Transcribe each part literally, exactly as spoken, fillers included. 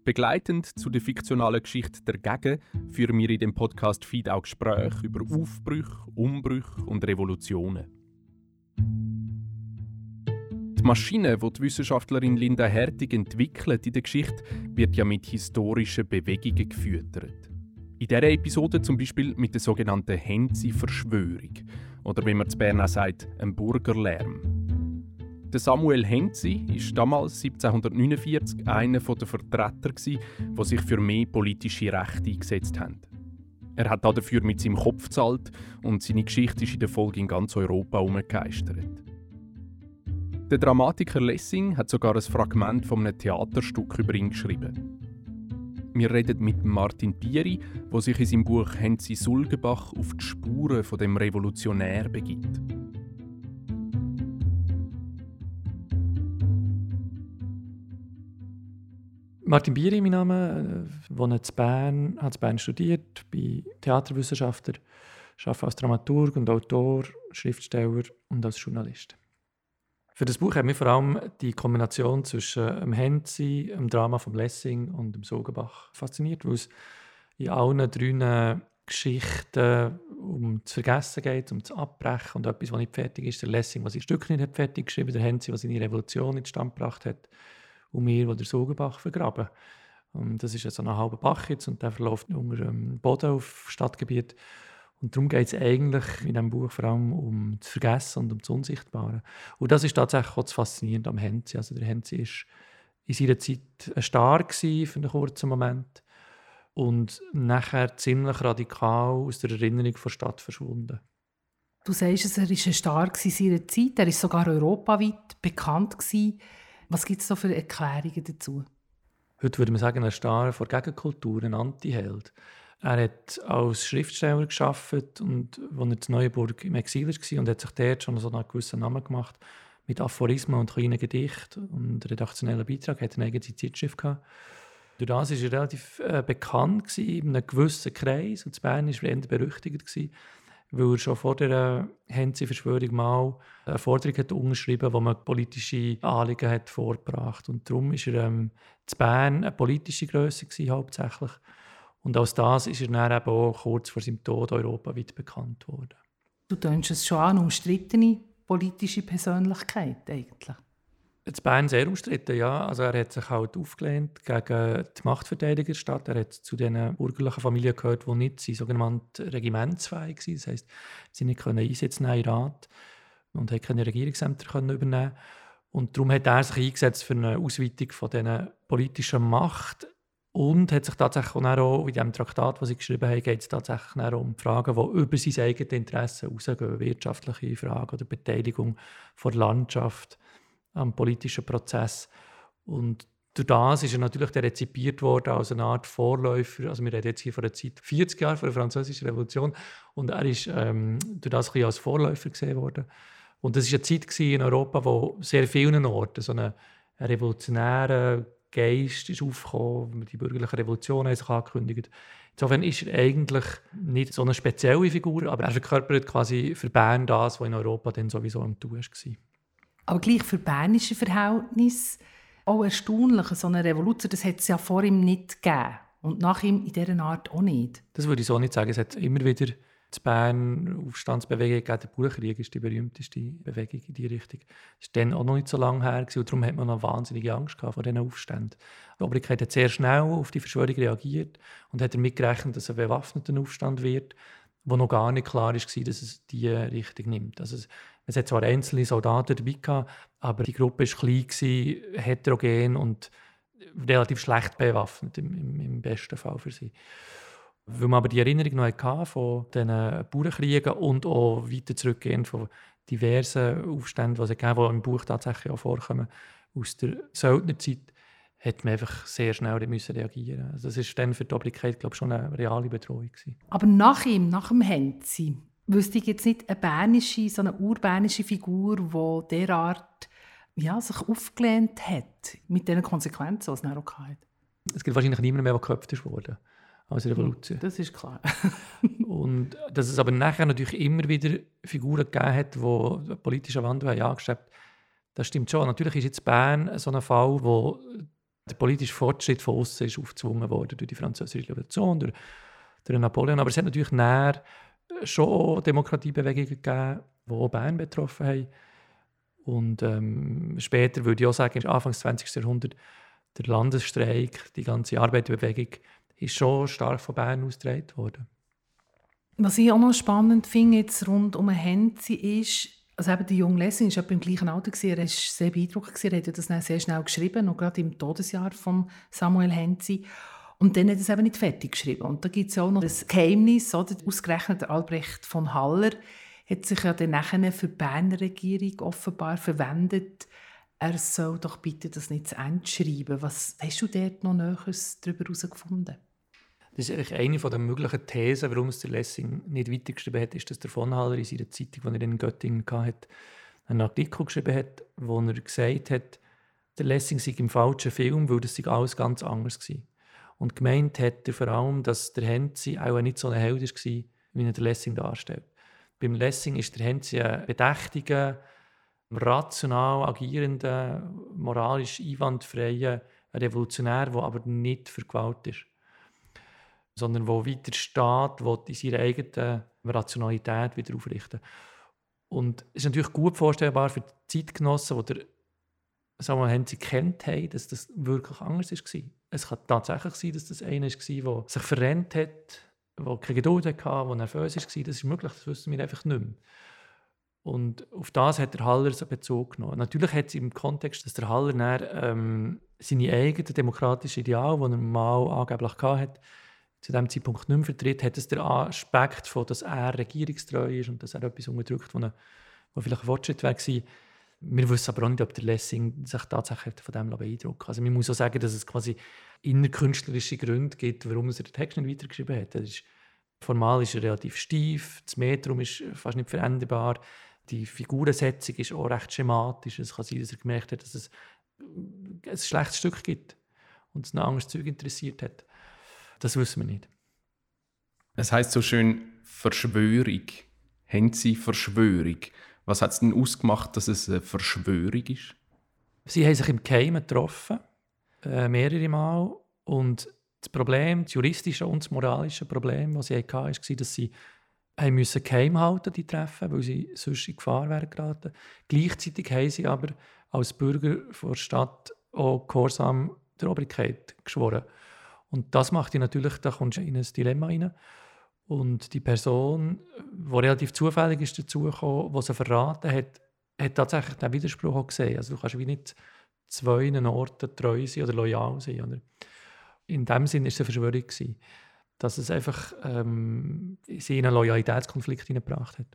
Begleitend zu der fiktionalen Geschichte «Dagegen» führen wir in dem Podcast Feed auch Gespräche über Aufbrüche, Umbrüche und Revolutionen. Die Maschine, die die Wissenschaftlerin Linda Hertig entwickelt in der Geschichte, wird ja mit historischen Bewegungen gefüttert. In dieser Episode zum Beispiel mit der sogenannten Henzi-Verschwörung oder wie man in Bern auch sagt, einem Burgerlärm. Der Samuel Henzi war damals siebzehnhundertneunundvierzig einer der Vertreter, die sich für mehr politische Rechte eingesetzt haben. Er hat dafür mit seinem Kopf gezahlt und seine Geschichte ist in der Folge in ganz Europa herumgegeistert. Der Dramatiker Lessing hat sogar ein Fragment von einem Theaterstück über ihn geschrieben. Wir reden mit Martin Pieri, der sich in seinem Buch Henzi Sulgenbach auf die Spuren von dem Revolutionär begibt. Martin Pieri, mein Name, ich wohne in Bern, habe in Bern studiert, bin Theaterwissenschaftler, arbeite als Dramaturg und Autor, Schriftsteller und als Journalist. Für das Buch hat mich vor allem die Kombination zwischen dem Henzi, dem Drama von Lessing und dem Sulgenbach fasziniert, weil es in allen drei Geschichten um zu vergessen geht, um zu abbrechen und etwas, was nicht fertig ist. Der Lessing, der sein Stück nicht fertig geschrieben hat, der Henzi, der seine Revolution in den Stand gebracht hat, und wir, die den Sulgenbach vergraben. Und das ist so ein halber Bach jetzt und der verläuft unter dem Boden auf Stadtgebiet. Und darum geht es eigentlich in diesem Buch vor allem um das Vergessen und um das Unsichtbare. Und das ist tatsächlich auch das Faszinierende am Henzi. Also der Henzi war in seiner Zeit ein Star für einen kurzen Moment und nachher ziemlich radikal aus der Erinnerung der Stadt verschwunden. Du sagst, er war ein Star in seiner Zeit, er war sogar europaweit bekannt. Was gibt es da für Erklärungen dazu? Heute würde man sagen, ein Star der Gegenkultur, ein Antiheld. Er hat als Schriftsteller gearbeitet und als er in Neuenburg im Exil war und hat sich dort schon so einen gewissen Namen gemacht mit Aphorismen und kleinen Gedichten und redaktionellen Beiträgen. Er hatte eine eigene Zeitschrift gehabt. Durch das war er relativ äh, bekannt in einem gewissen Kreis und in Bern war er eher berüchtigt gewesen, weil er schon vor der Henzi-Verschwörung mal eine Forderung hat unterschrieben, wo man politische Anliegen hat vorgebracht. Und darum war er ähm, in Bern eine politische Grösse gewesen, hauptsächlich. Und als das ist er dann eben auch kurz vor seinem Tod europaweit bekannt worden. Du tönst es schon an, eine umstrittene politische Persönlichkeit eigentlich. In Bern sehr umstritten, ja. Also er hat sich halt aufgelehnt gegen die Machtverteidiger der Stadt. Er hat zu den bürgerlichen Familien gehört, die nicht sogenannt regimentsfähig waren. Das heisst, sie nicht Einsätze nehmen in den Rat und haben keine Regierungsämter übernehmen. Und darum hat er sich eingesetzt für eine Ausweitung von dieser politischen Macht und hat sich tatsächlich auch in diesem Traktat, das sie geschrieben haben, geht es tatsächlich auch um Fragen, die über sein eigenes Interesse hinausgehen, wirtschaftliche Fragen oder Beteiligung der Landschaft am politischen Prozess. Und durch das ist er natürlich rezipiert worden als eine Art Vorläufer. Also wir reden jetzt hier von der Zeit vierzig Jahre vor der Französischen Revolution und er ist ähm, durch das ein bisschen als Vorläufer gesehen worden. Und das war eine Zeit in Europa, wo sehr vielen Orten so ein revolutionärer Geist ist aufgekommen, die bürgerliche Revolution haben sich angekündigt. Insofern ist er eigentlich nicht so eine spezielle Figur, aber er verkörpert quasi für Bern das, was in Europa dann sowieso am Tun war. Aber gleich für bernische Verhältnisse auch erstaunlich, so eine Revolution, das hat es ja vor ihm nicht gegeben. Und nach ihm in dieser Art auch nicht. Das würde ich so nicht sagen. Es hat immer wieder in Bern Aufstandsbewegung gegeben. Der Bauernkrieg ist die berühmteste Bewegung in diese Richtung. Das war dann auch noch nicht so lange her und darum hat man noch wahnsinnige Angst vor diesen Aufständen. Die Obrigkeit hat sehr schnell auf die Verschwörung reagiert und hat damit gerechnet, dass es ein bewaffneter Aufstand wird, wo noch gar nicht klar war, dass es diese Richtung nimmt. Also es hat zwar einzelne Soldaten dabei gehabt, aber die Gruppe war klein, heterogen und relativ schlecht bewaffnet, im, im, im besten Fall für sie. Weil man aber die Erinnerung noch hatte von diesen Bauernkriegen und auch weiter zurückgehend von diversen Aufständen, die es gab, die im Buch tatsächlich auch vorkommen, aus der Söldnerzeit, hat man einfach sehr schnell reagieren. Also das war dann für die Obrigkeit, glaube ich, schon eine reale Bedrohung gewesen. Aber nach ihm, nach dem Henzi, wüsste ich jetzt nicht eine bernische, so eine urbernische Figur, die derart ja, sich aufgelehnt hat, mit den Konsequenzen, die es dann auch hatte. Es gibt wahrscheinlich niemanden mehr, der geköpft wurde als Revolution. Das ist klar. Und dass es aber nachher natürlich immer wieder Figuren gegeben hat, die politische Wandel angestrebt haben, das stimmt schon. Natürlich ist jetzt Bern so ein Fall, wo Der politische Fortschritt von außen ist aufgezwungen worden durch die Französische Revolution, durch, durch Napoleon. Aber es hat natürlich näher schon Demokratiebewegungen gegeben, die auch Bern betroffen haben. Und ähm, später würde ich auch sagen, Anfang des zwanzigsten Jahrhunderts, der Landesstreik, die ganze Arbeiterbewegung, ist schon stark von Bern ausgetragen worden. Was ich auch noch spannend finde, jetzt rund um Hentzi, ist, also eben der junge Lessing war im gleichen Alter, er war sehr beeindruckt, er hat das dann sehr schnell geschrieben, noch gerade im Todesjahr von Samuel Hentzi. Und dann hat er es eben nicht fertig geschrieben. Und da gibt es ja auch noch das Geheimnis, oder? Ausgerechnet Albrecht von Haller hat sich ja dann nachher für die Berner Regierung offenbar verwendet. Er soll doch bitte das nicht zu Ende schreiben. Was hast du dort noch Näheres darüber herausgefunden? Das ist eigentlich eine der möglichen Thesen, warum es der Lessing nicht weitergeschrieben hat, ist, dass der von Haller in seiner Zeitung, die er in Göttingen hatte, einen Artikel geschrieben hat, wo er gesagt hat, der Lessing sei im falschen Film, weil das sei alles ganz anders gewesen. Und gemeint hat er vor allem, dass der Hentzi auch nicht so ein Held war, wie er der Lessing darstellt. Beim Lessing ist der Hentzi ein bedächtiger, rational agierender, moralisch einwandfreier Revolutionär, der aber nicht für Gewalt ist, sondern der weiter Staat in seiner eigenen Rationalität wieder aufrichten. Und es ist natürlich gut vorstellbar für die Zeitgenossen, die Samuel Hentzi kennt haben, dass das wirklich anders war. Es kann tatsächlich sein, dass das einer war, der sich verrennt hat, der keine Geduld hatte, der nervös war. Das ist möglich, das wissen wir einfach nicht mehr. Und auf das hat der Haller so Bezug genommen. Natürlich hat es im Kontext, dass der Haller dann, ähm, seine eigenen demokratischen Ideale, die er mal angeblich hatte, zu diesem Zeitpunkt nicht mehr vertritt, hat es den Aspekt, von, dass er regierungstreu ist und dass er etwas unterdrückt, was vielleicht ein Fortschritt wäre gewesen. Wir wissen aber auch nicht, ob der Lessing sich tatsächlich von dem beeindrucken. Also man muss auch sagen, dass es quasi innerkünstlerische Gründe gibt, warum er den Text nicht weitergeschrieben hat. Ist, formal ist er relativ steif, das Metrum ist fast nicht veränderbar, die Figurensetzung ist auch recht schematisch. Es kann sein, dass er gemerkt hat, dass es ein schlechtes Stück gibt und es ein anderes Zeug interessiert hat. Das wissen wir nicht. Es heisst so schön Verschwörung. Hentzi-Verschwörung. Was hat es denn ausgemacht, dass es eine Verschwörung ist? Sie haben sich im Geheimen getroffen, äh, mehrere Mal. Und das Problem, das juristische und das moralische Problem, das sie hatten, war, dass sie haben müssen geheim halten, die Treffen, weil sie sonst in Gefahr wären geraten. Gleichzeitig haben sie aber als Bürger der Stadt auch Gehorsam der Obrigkeit geschworen. Und das macht dich natürlich, da kommst du in ein Dilemma rein. Und die Person, die relativ zufällig ist dazugekommen, die sie verraten hat, hat tatsächlich den Widerspruch auch gesehen. Also du kannst wie nicht zwei Orten treu sein oder loyal sein. Oder? In dem Sinne war es eine Verschwörung gewesen, dass es einfach ähm, sie in einen Loyalitätskonflikt hineingebracht hat.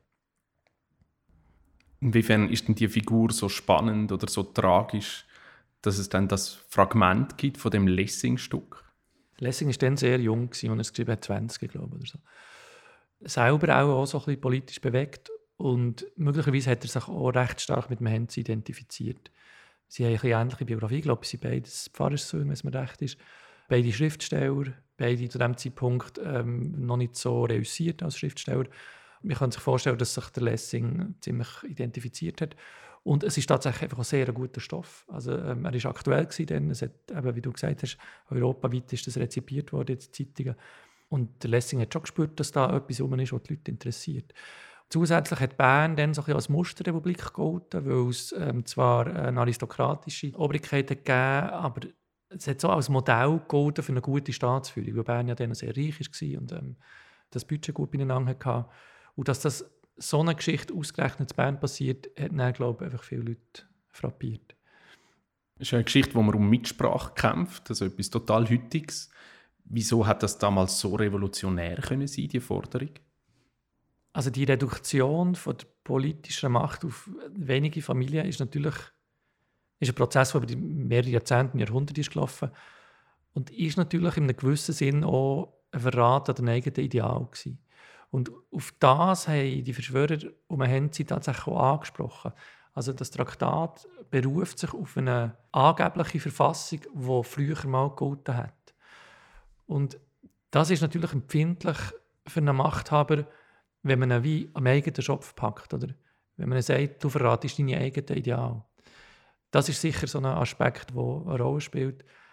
Inwiefern ist denn die Figur so spannend oder so tragisch, dass es dann das Fragment gibt von dem Lessing-Stück? Lessing war dann sehr jung, als er es geschrieben hat, zwanzig, glaube ich. Oder so. Selber auch, auch so ein bisschen politisch bewegt und möglicherweise hat er sich auch recht stark mit dem Hentzi identifiziert. Sie haben eine ähnliche Biografie, ich glaube, sie sind beides Pfarrersöhne, wenn es mir recht ist. Beide Schriftsteller, beide zu diesem Zeitpunkt ähm, noch nicht so reüssiert als Schriftsteller. Man kann sich vorstellen, dass sich der Lessing ziemlich identifiziert hat. Und es ist tatsächlich einfach ein sehr guter Stoff. Also, ähm, er war aktuell gewesen, es hat, eben, wie du gesagt hast, europaweit ist das rezipiert worden in den Zeitungen. Und der Lessing hat schon gespürt, dass da etwas herum ist, was die Leute interessiert. Zusätzlich hat Bern dann so ein bisschen als Musterrepublik gegolten, weil es ähm, zwar eine aristokratische Obrigkeit gegeben hat, aber es hat so als Modell gegolten für eine gute Staatsführung, weil Bern ja dann sehr reich war und ähm, das Budget gut beieinander hatte. Und dass das so eine Geschichte ausgerechnet in Bern passiert, hat dann, glaube ich, einfach viele Leute frappiert. Es ist eine Geschichte, wo man um Mitsprache kämpft, also etwas total Heutiges. Wieso hat das damals so revolutionär können sein, die Forderung? Also die Reduktion von der politischen Macht auf wenige Familien ist natürlich ist ein Prozess, der über mehrere Jahrzehnte, Jahrhunderte ist gelaufen und ist natürlich in einem gewissen Sinn auch ein Verrat an den eigenen Ideal gewesen. Und auf das haben die Verschwörer um Hentzi tatsächlich auch angesprochen. Also das Traktat beruft sich auf eine angebliche Verfassung, die früher mal gegolten hat. Und das ist natürlich empfindlich für einen Machthaber, wenn man ihn wie am eigenen Schopf packt. Oder wenn man sagt, du verratest deine eigenen Ideale. Das ist sicher so ein Aspekt, der eine Rolle spielt.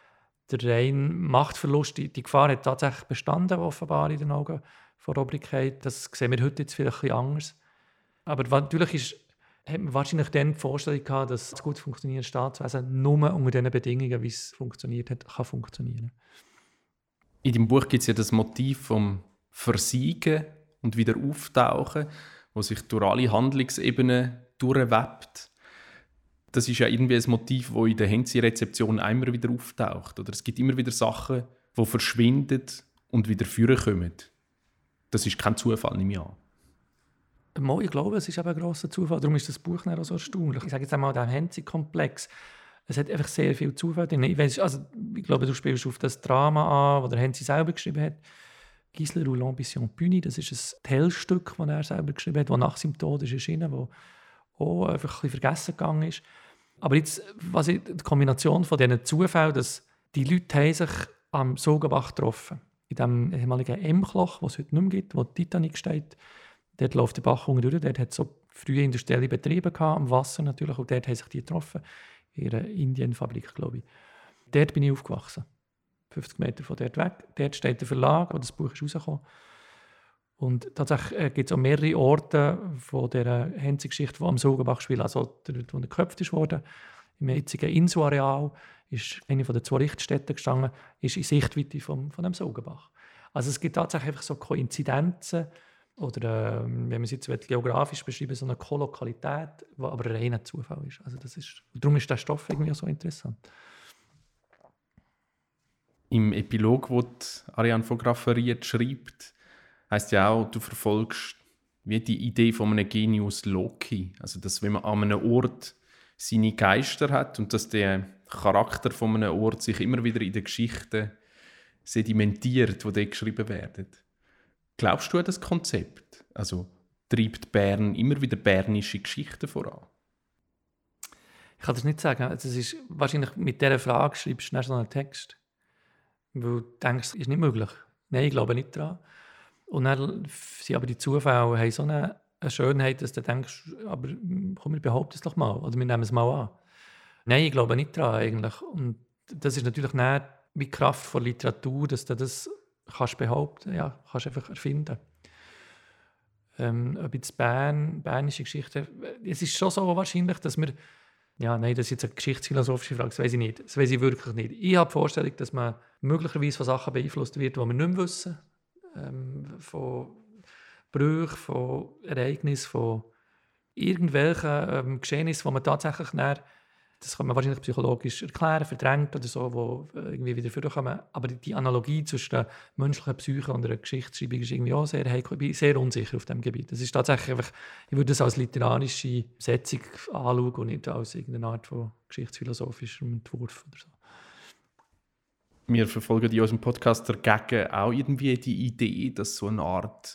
der reine Machtverlust, die, die Gefahr hat tatsächlich bestanden, offenbar in den Augen von Obrigkeit. Das sehen wir heute jetzt vielleicht ein bisschen anders. Aber natürlich ist, hat man wahrscheinlich dann die Vorstellung gehabt, dass das gut funktionierende Staatswesen nur unter den Bedingungen, wie es funktioniert hat, kann funktionieren. In deinem Buch gibt es ja das Motiv vom Versiegen und wieder Auftauchen, das sich durch alle Handlungsebenen durchwebt. Das ist ja irgendwie ein Motiv, das in der Henzi-Rezeption immer wieder auftaucht. Oder es gibt immer wieder Sachen, die verschwinden und wieder vorkommen. Das ist kein Zufall, nehme ich an. Ich glaube, es ist eben ein grosser Zufall. Darum ist das Buch auch so erstaunlich. Ich sage jetzt einmal, der Henzi-Komplex, es hat einfach sehr viel Zufall drin. Ich, weiss, also, ich glaube, du spielst auf das Drama an, das der Henzi selber geschrieben hat. Gisler ou l'ambition punie, das ist ein Tellstück, das er selber geschrieben hat, das nach seinem Tod ist erschienen, das auch einfach ein bisschen vergessen gegangen ist. Aber jetzt, was ich, die Kombination von diesen Zufällen, dass die Leute haben sich am Sogenbach getroffen, in dem ehemaligen M-Loch, das es heute nicht mehr gibt, wo die Titanic steht. Dort läuft der Bach unten durch, dort hat es so frühe industrielle Betriebe gehabt, am Wasser natürlich, und dort haben sich die getroffen, in einer Indienfabrik, glaube ich. Dort bin ich aufgewachsen, fünfzig Meter von dort weg. Dort steht der Verlag, wo das Buch ist rausgekommen. Und tatsächlich äh, gibt es auch mehrere Orte von dieser Henzi-Geschichte, die am Sogenbach spielen. Also dort, wo er geköpft wurde, im jetzigen Inso-Areal, ist eine von den zwei Richtstätten gestanden, ist in Sichtweite vom, von dem Sogenbach. Also es gibt tatsächlich einfach so Koinzidenzen oder, äh, wenn man es jetzt geografisch beschreiben, so eine Kolokalität, die aber reiner Zufall ist. Also das ist. Darum ist der Stoff irgendwie auch so interessant. Im Epilog, wo Ariane von Grafferiet schreibt, heisst ja auch, du verfolgst wie die Idee von einem Genius Loci. Also, dass wenn man an einem Ort seine Geister hat und dass der Charakter von einem Ort sich immer wieder in den Geschichten sedimentiert, die dort geschrieben werden. Glaubst du an das Konzept? Also, treibt Bern immer wieder bernische Geschichten voran? Ich kann das nicht sagen. Das ist wahrscheinlich mit dieser Frage schreibst du so einen Text. Weil du denkst, es ist nicht möglich. Nein, ich glaube nicht daran. Und dann sind aber die Zufälle haben so eine, eine Schönheit, dass du denkst, aber komm, wir behaupten es doch mal. Oder wir nehmen es mal an. Nein, ich glaube nicht daran eigentlich. Und das ist natürlich nicht wie die Kraft von Literatur, dass du das kannst behaupten, ja, kannst einfach erfinden. Ähm, ob jetzt Bern, bernische Geschichte, es ist schon so wahrscheinlich, dass wir, ja, nein, das ist jetzt eine geschichtsphilosophische Frage, das weiß ich nicht. Das weiß ich wirklich nicht. Ich habe die Vorstellung, dass man möglicherweise von Sachen beeinflusst wird, die wir nicht mehr wissen. Ähm, von Brüchen, von Ereignissen, von irgendwelchen ähm, Geschehnissen, die man tatsächlich näher, das kann man wahrscheinlich psychologisch erklären, verdrängt oder so, wo irgendwie wieder vorkommen. Aber die Analogie zwischen der menschlichen Psyche und der Geschichtsschreibung ist irgendwie auch sehr heikel. Ich bin sehr unsicher auf diesem Gebiet. Das ist tatsächlich einfach, ich würde das als literarische Setzung anschauen und nicht als irgendeine Art von geschichtsphilosophischem Entwurf oder so. Wir verfolgen in unserem Podcast dagegen auch irgendwie die Idee, dass es so eine Art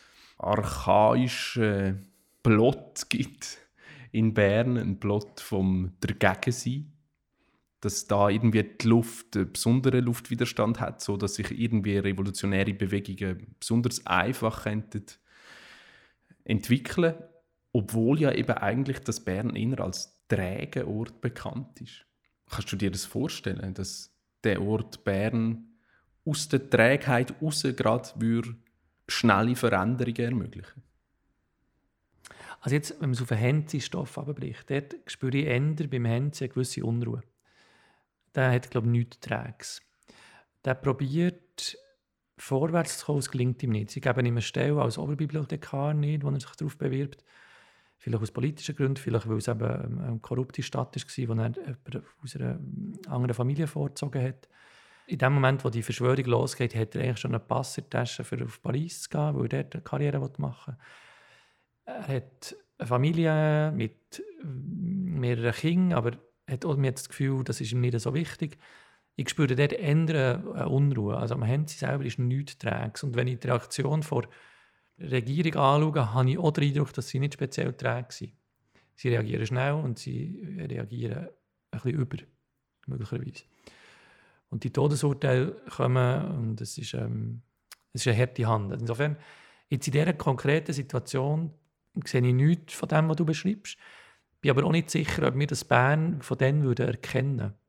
archaischen Plot gibt in Bern, ein Plot vom Dagegensein. Dass da irgendwie die Luft einen besonderen Luftwiderstand hat, sodass sich irgendwie revolutionäre Bewegungen besonders einfach entwickeln könnten, obwohl ja eben eigentlich das Bern eher als träger Ort bekannt ist. Kannst du dir das vorstellen, dass der Ort Bern aus der Trägheit heraus gerade schnelle Veränderungen ermöglichen? Also jetzt, wenn man es auf einen Henzi-Stoff abbricht, dort spüre ich eher beim Henzi eine gewisse Unruhe. Der hat, glaube ich, nichts Träges. Der probiert, vorwärts zu kommen, es gelingt ihm nicht. Sie geben ihm eine Stelle als Oberbibliothekar nicht, wo er sich darauf bewirbt. Vielleicht aus politischen Gründen, vielleicht weil es eben eine korrupte Stadt war, wo er jemanden aus einer anderen Familie vorgezogen hat. In dem Moment, wo die Verschwörung losgeht, hat er eigentlich schon einen Pass in der Tasche, für auf Paris zu gehen, weil er dort eine Karriere machen will. Er hat eine Familie mit mehreren Kindern, aber hat auch das Gefühl, das ist ihm nicht so wichtig. Ich spüre dort eher eine Unruhe. Also am Henzi selber ist nichts träge. Und wenn ich die Reaktion der Regierung anschaue, habe ich auch den Eindruck, dass sie nicht speziell träge sind. Sie reagieren schnell und sie reagieren ein bisschen über, möglicherweise. Und die Todesurteile kommen, und es ist, ähm, es ist eine harte Hand. Insofern, jetzt in dieser konkreten Situation sehe ich nichts von dem, was du beschreibst. Ich bin aber auch nicht sicher, ob wir das Bern von denen würden erkennen.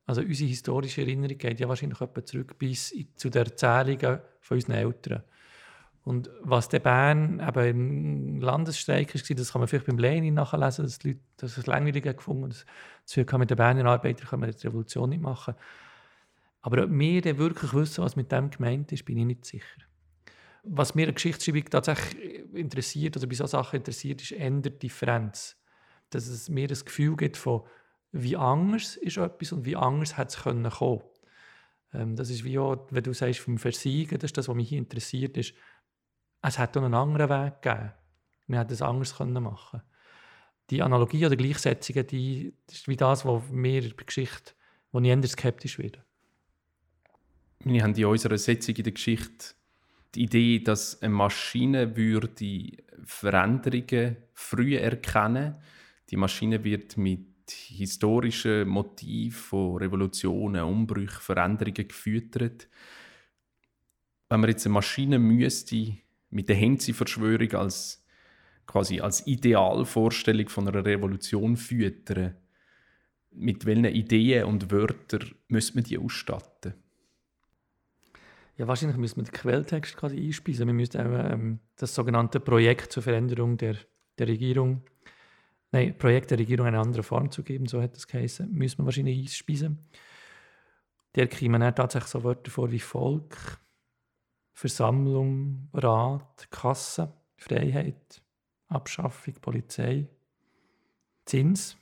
Also unsere historische Erinnerung geht ja wahrscheinlich etwa zurück bis zu den Erzählungen von unseren Eltern. Und was der Bern eben im Landesstreik war, das kann man vielleicht beim Lenin nachlesen, dass die Leute das ist langweilig gefunden haben. Das Gefühl kann mit den Berner Arbeitern können wir die Revolution nicht machen. Aber ob wir dann wirklich wissen, was mit dem gemeint ist, bin ich nicht sicher. Was mir eine Geschichtsschreibung tatsächlich interessiert, oder bei solchen Sachen interessiert, ist eher die Differenz. Dass es mir das Gefühl gibt von, wie anders ist etwas und wie anders hätte es kommen können. Ähm, das ist wie auch, wenn du sagst, vom Versiegen, das ist das, was mich hier interessiert, ist, es hätte auch einen anderen Weg gegeben. Wir hätten es anders machen können. Die Analogie oder Gleichsetzungen, die, das ist wie das, was mir bei Geschichte, wo ich eher skeptisch werde. Wir haben in unserer Setzung in der Geschichte die Idee, dass eine Maschine würde Veränderungen früh erkennen. Die Maschine wird mit historischen Motiven von Revolutionen, Umbrüchen, Veränderungen gefüttert. Wenn man jetzt eine Maschine müsste mit der Henzi-Verschwörung als, quasi als Idealvorstellung von einer Revolution füttern, mit welchen Ideen und Wörtern müsste man die ausstatten? Ja, wahrscheinlich müssen wir den Quelltext quasi einspeisen. Wir müssen auch ähm, das sogenannte Projekt zur Veränderung der, der Regierung, nein, Projekt der Regierung eine andere Form zu geben, so hat das geheißen, müssen wir wahrscheinlich einspeisen. Der kriegen dann tatsächlich so Wörter vor wie Volk, Versammlung, Rat, Kasse, Freiheit, Abschaffung, Polizei, Zins,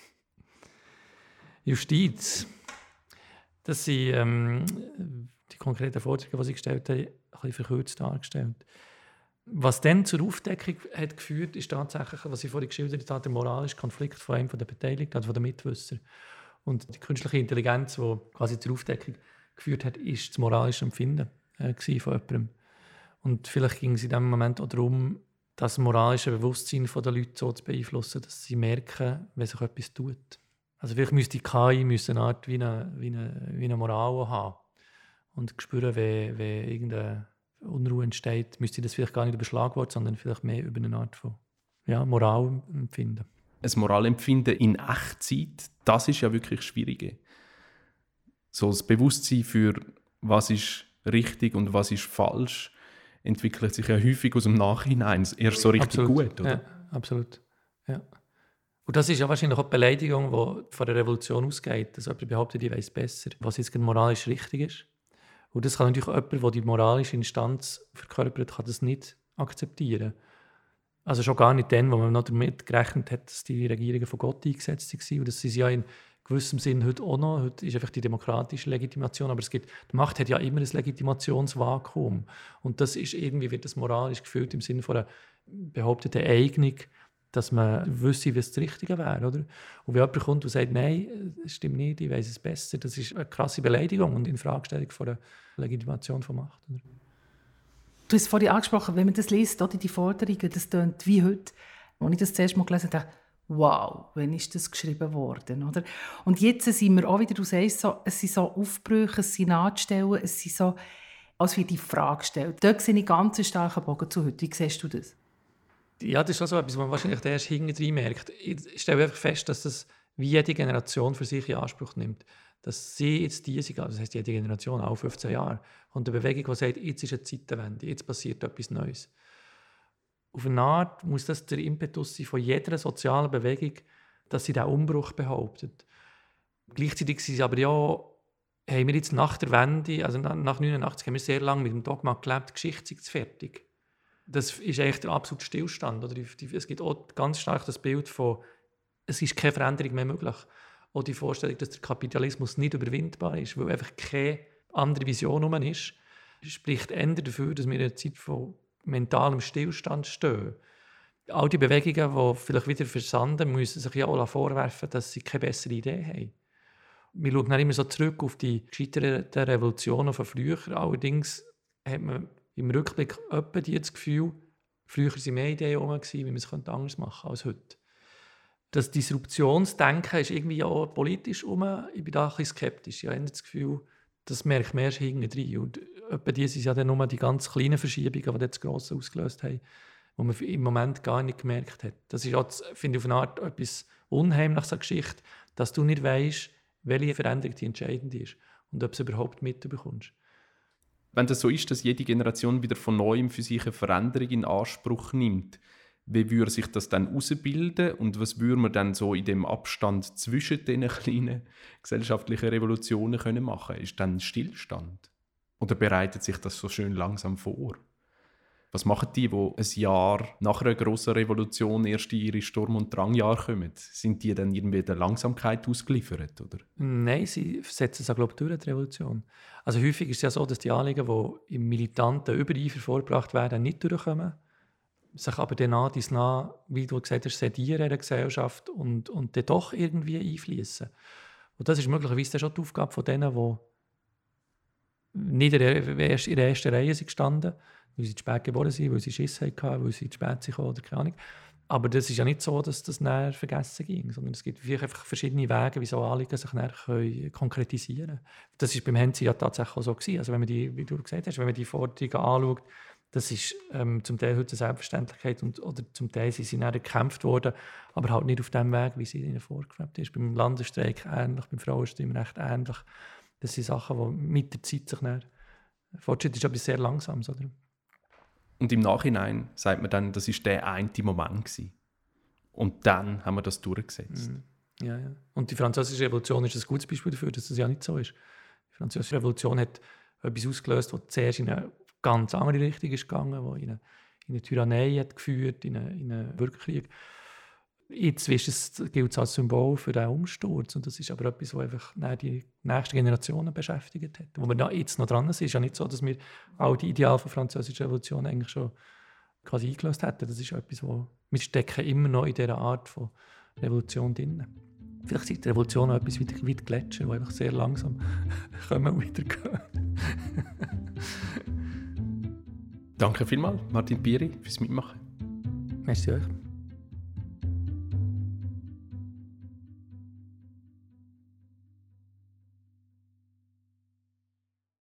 Justiz. Das sind ähm, die konkreten Forderungen, die sie gestellt haben, ein bisschen verkürzt dargestellt. Was dann zur Aufdeckung hat geführt, ist tatsächlich, was ich vorhin geschildert habe, der moralische Konflikt von einem der Beteiligten, also von den Mitwissern. Und die künstliche Intelligenz, die quasi zur Aufdeckung geführt hat, ist das moralische Empfinden äh, von jemandem. Und vielleicht ging es in dem Moment auch darum, das moralische Bewusstsein der Leute so zu beeinflussen, dass sie merken, wenn sich etwas tut. Also vielleicht müsste die K I müsste eine Art wie eine, wie eine, wie eine Moral haben und spüren, wenn, wenn irgendeine Unruhe entsteht, müsste das vielleicht gar nicht über Schlagwort, sondern vielleicht mehr über eine Art von ja, Moral empfinden. Ein Moralempfinden in Echtzeit, das ist ja wirklich schwierig. So das Bewusstsein für, was ist richtig und was ist falsch, entwickelt sich ja häufig aus dem Nachhinein erst so richtig absolut. gut, oder? Ja, absolut. Ja. Und das ist ja wahrscheinlich auch die Beleidigung, die von der Revolution ausgeht, dass jemand behauptet, ich weiss besser, was jetzt moralisch richtig ist. Und das kann natürlich auch jemand, der die moralische Instanz verkörpert, kann das nicht akzeptieren. Also schon gar nicht dann, wo man noch damit gerechnet hat, dass die Regierungen von Gott eingesetzt waren. Und das ist ja in gewissem Sinn heute auch noch. Heute ist einfach die demokratische Legitimation. Aber es gibt, die Macht hat ja immer ein Legitimationsvakuum. Und das ist irgendwie, wird das moralisch gefüllt im Sinne von einer behaupteten Eignung, dass man wüsste, wie es das Richtige wäre. Oder? Und wenn jemand kommt und sagt, nein, das stimmt nicht, ich weiss es besser, das ist eine krasse Beleidigung und Infragestellung von der Legitimation von Macht. Oder? Du hast es vorhin angesprochen, wenn man das liest, oder die Forderungen, das tönt wie heute. Als ich das zuerst mal gelesen habe, wow, wann ist das geschrieben worden? Oder? Und jetzt sind wir auch wieder, du sagst, so, es sind so Aufbrüche, es sind Nachstellen, es sind so, als wir die Frage gestellt. Dort sehe ich ganz einen starken Bogen zu heute. Wie siehst du das? Ja, das ist schon so etwas, was man wahrscheinlich erst hinten merkt. Ich stelle einfach fest, dass das wie jede Generation für sich in Anspruch nimmt. Dass sie jetzt die sind, also das heisst jede Generation, auch fünfzehn Jahre, und eine Bewegung, die sagt, jetzt ist eine Zeitenwende, jetzt passiert etwas Neues. Auf eine Art muss das der Impetus sein von jeder sozialen Bewegung, dass sie diesen Umbruch behauptet. Gleichzeitig sind sie aber ja, haben wir jetzt nach der Wende, also nach neunundachtzig, haben wir sehr lange mit dem Dogma gelebt, die Geschichte ist fertig. Das ist eigentlich der absolute Stillstand. Oder? Es gibt auch ganz stark das Bild von, es ist keine Veränderung mehr möglich. Auch die Vorstellung, dass der Kapitalismus nicht überwindbar ist, weil einfach keine andere Vision herum ist, spricht eher dafür, dass wir in einer Zeit von mentalem Stillstand stehen. All die Bewegungen, die vielleicht wieder versanden, müssen sich ja auch vorwerfen, dass sie keine bessere Idee haben. Wir schauen dann immer so zurück auf die gescheiterten Revolutionen von früher. Allerdings hat man im Rückblick etwa das Gefühl, früher waren mehr Ideen herum, wie man es anders machen könnte als heute. Das Disruptionsdenken ist irgendwie auch politisch herum. Ich bin da ein bisschen skeptisch. Ich habe das Gefühl, das merkt man erst hinten rein. Und etwa die sind ja dann nur die ganz kleinen Verschiebungen, die das Grosse ausgelöst haben, die man im Moment gar nicht gemerkt hat. Das ist auch, finde ich, auf eine Art etwas Unheimliches an Geschichte, dass du nicht weisst, welche Veränderung die entscheidend ist und ob du es überhaupt mitbekommst. Wenn das so ist, dass jede Generation wieder von Neuem für sich eine Veränderung in Anspruch nimmt, wie würde sich das dann herausbilden und was würde man dann so in dem Abstand zwischen diesen kleinen gesellschaftlichen Revolutionen können machen? Ist dann Stillstand? Oder bereitet sich das so schön langsam vor? Was machen die, die ein Jahr nach einer grossen Revolution erst in ihre Sturm- und Drangjahre kommen? Sind die dann irgendwie der Langsamkeit ausgeliefert? Oder? Nein, sie setzen es, glaube ich, durch, die Revolution. Also häufig ist es ja so, dass die Anliegen, die im militanten Übereifer vorgebracht werden, nicht durchkommen, sich aber dann nach dies nach, wie du gesagt hast, sedieren in der Gesellschaft und, und dann doch irgendwie einfließen. Und das ist möglicherweise schon die Aufgabe von denen, die nicht in der ersten Reihe sind gestanden, weil sie zu spät geboren sind, weil sie Schiss hatten, weil sie zu spät sind oder keine Ahnung. Aber das ist ja nicht so, dass das näher vergessen ging, sondern es gibt einfach verschiedene Wege, wie so Anliegen sich näher konkretisieren können. Das war beim Henzi ja tatsächlich auch so gewesen. Also wenn man die, wie du gesagt hast, wenn man die Forderungen anschaut, das ist ähm, zum Teil heute eine Selbstverständlichkeit und, oder zum Teil sind sie näher gekämpft worden, aber halt nicht auf dem Weg, wie sie ihnen vorgeschwebt ist. Beim Landesstreik ähnlich, beim Frauenstimmrecht ähnlich. Das sind Sachen, die mit der Zeit sich näher... Fortschritt ist etwas sehr Langsames, oder? Und im Nachhinein sagt man dann, das war der eine Moment gewesen. Und dann haben wir das durchgesetzt. Mhm. Ja, ja. Und die Französische Revolution ist ein gutes Beispiel dafür, dass das ja nicht so ist. Die Französische Revolution hat etwas ausgelöst, das zuerst in eine ganz andere Richtung ist gegangen, das in eine, in eine Tyrannei hat geführt, in einen, in einen Bürgerkrieg. Jetzt gilt es als Symbol für den Umsturz. Und das ist aber etwas, was einfach die nächsten Generationen beschäftigt hat. Wo wir da jetzt noch dran sind, ist ja nicht so, dass wir all die Ideale der Französischen Revolution eigentlich schon quasi eingelöst hätten. Das ist etwas, wo wir stecken immer noch in dieser Art von Revolution drin. Vielleicht sind die Revolutionen etwas wie die Gletscher, die einfach sehr langsam kommen und wieder gehen. Danke vielmals, Martin Pieri, fürs Mitmachen. Merci euch.